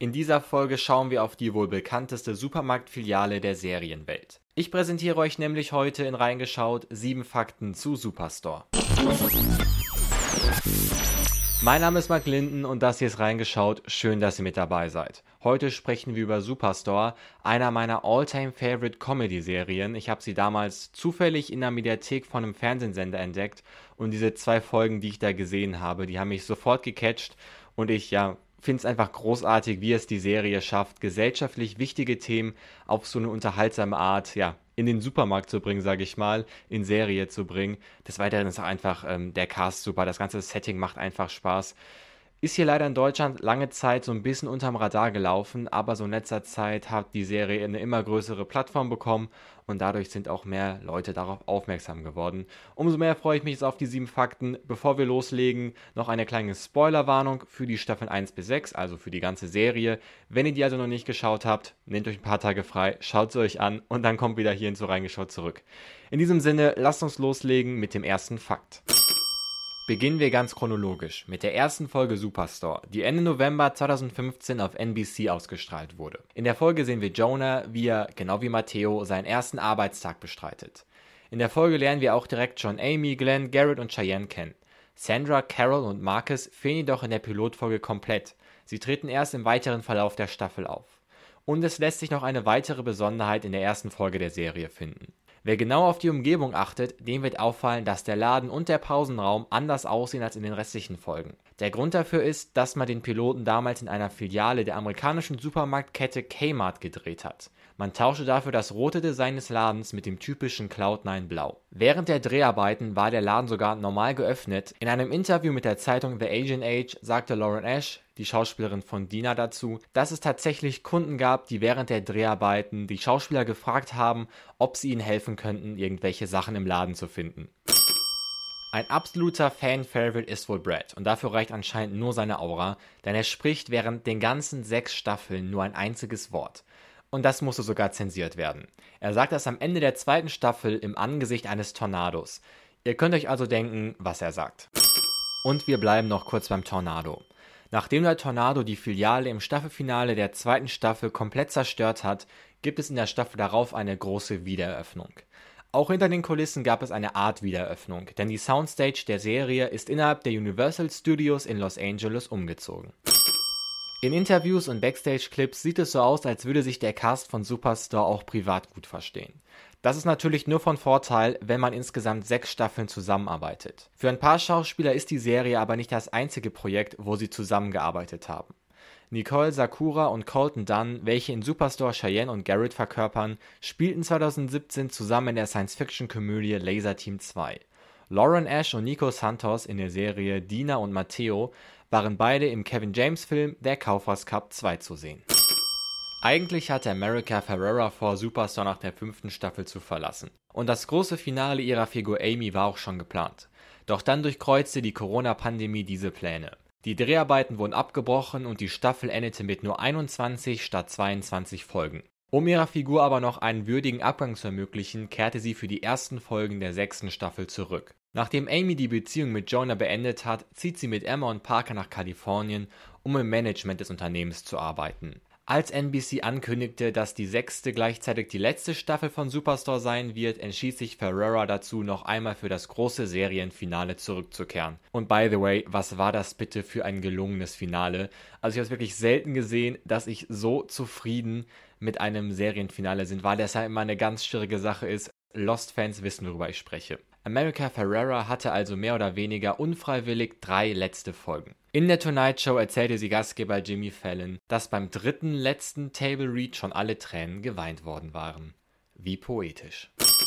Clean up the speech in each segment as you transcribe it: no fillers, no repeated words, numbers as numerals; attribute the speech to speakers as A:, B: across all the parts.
A: In dieser Folge schauen wir auf die wohl bekannteste Supermarktfiliale der Serienwelt. Ich präsentiere euch nämlich heute in Reingeschaut 7 Fakten zu Superstore. Mein Name ist Marc Linden und das hier ist Reingeschaut. Schön, dass ihr mit dabei seid. Heute sprechen wir über Superstore, einer meiner All-Time-Favorite Comedy-Serien. Ich habe sie damals zufällig in der Mediathek von einem Fernsehsender entdeckt und diese 2 Folgen, die ich da gesehen habe, die haben mich sofort gecatcht und ich finde es einfach großartig, wie es die Serie schafft, gesellschaftlich wichtige Themen auf so eine unterhaltsame Art, in den Supermarkt zu bringen, sage ich mal, in Serie zu bringen. Des Weiteren ist auch einfach der Cast super, das ganze Setting macht einfach Spaß. Ist hier leider in Deutschland lange Zeit so ein bisschen unterm Radar gelaufen, aber so in letzter Zeit hat die Serie eine immer größere Plattform bekommen und dadurch sind auch mehr Leute darauf aufmerksam geworden. Umso mehr freue ich mich jetzt auf die 7 Fakten. Bevor wir loslegen, noch eine kleine Spoilerwarnung für die Staffeln 1 bis 6, also für die ganze Serie. Wenn ihr die also noch nicht geschaut habt, nehmt euch ein paar Tage frei, schaut sie euch an und dann kommt wieder hier in So Reingeschaut zurück. In diesem Sinne, lasst uns loslegen mit dem ersten Fakt. Beginnen wir ganz chronologisch mit der ersten Folge Superstore, die Ende November 2015 auf NBC ausgestrahlt wurde. In der Folge sehen wir Jonah, wie er, genau wie Matteo, seinen ersten Arbeitstag bestreitet. In der Folge lernen wir auch direkt schon Amy, Glenn, Garrett und Cheyenne kennen. Sandra, Carol und Marcus fehlen jedoch in der Pilotfolge komplett. Sie treten erst im weiteren Verlauf der Staffel auf. Und es lässt sich noch eine weitere Besonderheit in der ersten Folge der Serie finden. Wer genau auf die Umgebung achtet, dem wird auffallen, dass der Laden und der Pausenraum anders aussehen als in den restlichen Folgen. Der Grund dafür ist, dass man den Piloten damals in einer Filiale der amerikanischen Supermarktkette Kmart gedreht hat. Man tauschte dafür das rote Design des Ladens mit dem typischen Cloud9 Blau. Während der Dreharbeiten war der Laden sogar normal geöffnet. In einem Interview mit der Zeitung The Asian Age sagte Lauren Ash, die Schauspielerin von Dina, dazu, dass es tatsächlich Kunden gab, die während der Dreharbeiten die Schauspieler gefragt haben, ob sie ihnen helfen könnten, irgendwelche Sachen im Laden zu finden. Ein absoluter Fan-Favorite ist wohl Brad und dafür reicht anscheinend nur seine Aura, denn er spricht während den ganzen 6 Staffeln nur ein einziges Wort. Und das musste sogar zensiert werden. Er sagt das am Ende der 2. Staffel im Angesicht eines Tornados. Ihr könnt euch also denken, was er sagt. Und wir bleiben noch kurz beim Tornado. Nachdem der Tornado die Filiale im Staffelfinale der 2. Staffel komplett zerstört hat, gibt es in der Staffel darauf eine große Wiedereröffnung. Auch hinter den Kulissen gab es eine Art Wiedereröffnung, denn die Soundstage der Serie ist innerhalb der Universal Studios in Los Angeles umgezogen. In Interviews und Backstage-Clips sieht es so aus, als würde sich der Cast von Superstore auch privat gut verstehen. Das ist natürlich nur von Vorteil, wenn man insgesamt 6 Staffeln zusammenarbeitet. Für ein paar Schauspieler ist die Serie aber nicht das einzige Projekt, wo sie zusammengearbeitet haben. Nicole Sakura und Colton Dunn, welche in Superstore Cheyenne und Garrett verkörpern, spielten 2017 zusammen in der Science-Fiction-Komödie Laser Team 2. Lauren Ash und Nico Santos in der Serie Dina und Matteo waren beide im Kevin James-Film Der Kaufhaus Cup 2 zu sehen. Eigentlich hatte America Ferrera vor, Superstore nach der 5. Staffel zu verlassen. Und das große Finale ihrer Figur Amy war auch schon geplant. Doch dann durchkreuzte die Corona-Pandemie diese Pläne. Die Dreharbeiten wurden abgebrochen und die Staffel endete mit nur 21 statt 22 Folgen. Um ihrer Figur aber noch einen würdigen Abgang zu ermöglichen, kehrte sie für die ersten Folgen der 6. Staffel zurück. Nachdem Amy die Beziehung mit Jonah beendet hat, zieht sie mit Emma und Parker nach Kalifornien, um im Management des Unternehmens zu arbeiten. Als NBC ankündigte, dass die 6. gleichzeitig die letzte Staffel von Superstore sein wird, entschied sich Ferrera dazu, noch einmal für das große Serienfinale zurückzukehren. Und by the way, was war das bitte für ein gelungenes Finale? Also ich habe es wirklich selten gesehen, dass ich so zufrieden mit einem Serienfinale bin, weil das ja immer eine ganz schwierige Sache ist. Lost-Fans wissen, worüber ich spreche. America Ferrera hatte also mehr oder weniger unfreiwillig 3 letzte Folgen. In der Tonight Show erzählte sie Gastgeber Jimmy Fallon, dass beim 3. letzten Table Read schon alle Tränen geweint worden waren. Wie poetisch.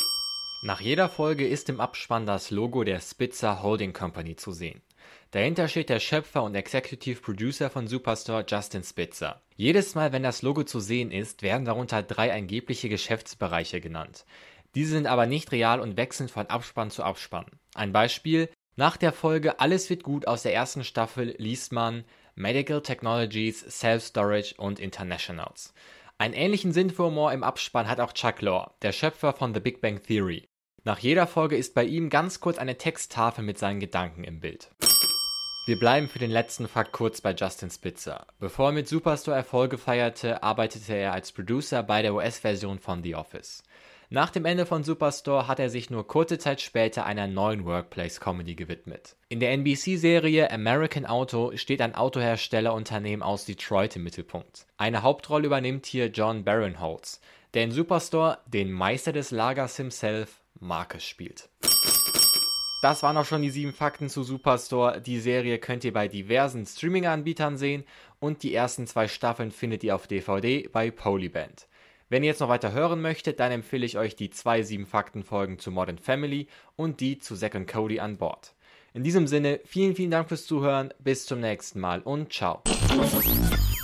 A: Nach jeder Folge ist im Abspann das Logo der Spitzer Holding Company zu sehen. Dahinter steht der Schöpfer und Executive Producer von Superstore, Justin Spitzer. Jedes Mal, wenn das Logo zu sehen ist, werden darunter 3 angebliche Geschäftsbereiche genannt. Diese sind aber nicht real und wechseln von Abspann zu Abspann. Ein Beispiel: Nach der Folge Alles wird gut aus der 1. Staffel liest man Medical Technologies, Self-Storage und Internationals. Einen ähnlichen Sinn für Humor im Abspann hat auch Chuck Lorre, der Schöpfer von The Big Bang Theory. Nach jeder Folge ist bei ihm ganz kurz eine Texttafel mit seinen Gedanken im Bild. Wir bleiben für den letzten Fakt kurz bei Justin Spitzer. Bevor er mit Superstore Erfolge feierte, arbeitete er als Producer bei der US-Version von The Office. Nach dem Ende von Superstore hat er sich nur kurze Zeit später einer neuen Workplace-Comedy gewidmet. In der NBC-Serie American Auto steht ein Autoherstellerunternehmen aus Detroit im Mittelpunkt. Eine Hauptrolle übernimmt hier John Barinholtz, der in Superstore den Meister des Lagers himself, Marcus, spielt. Das waren auch schon die 7 Fakten zu Superstore. Die Serie könnt ihr bei diversen Streaming-Anbietern sehen und die ersten 2 Staffeln findet ihr auf DVD bei Polyband. Wenn ihr jetzt noch weiter hören möchtet, dann empfehle ich euch die 2 7-Fakten-Folgen zu Modern Family und die zu Zack und Cody an Bord. In diesem Sinne, vielen Dank fürs Zuhören, bis zum nächsten Mal und ciao.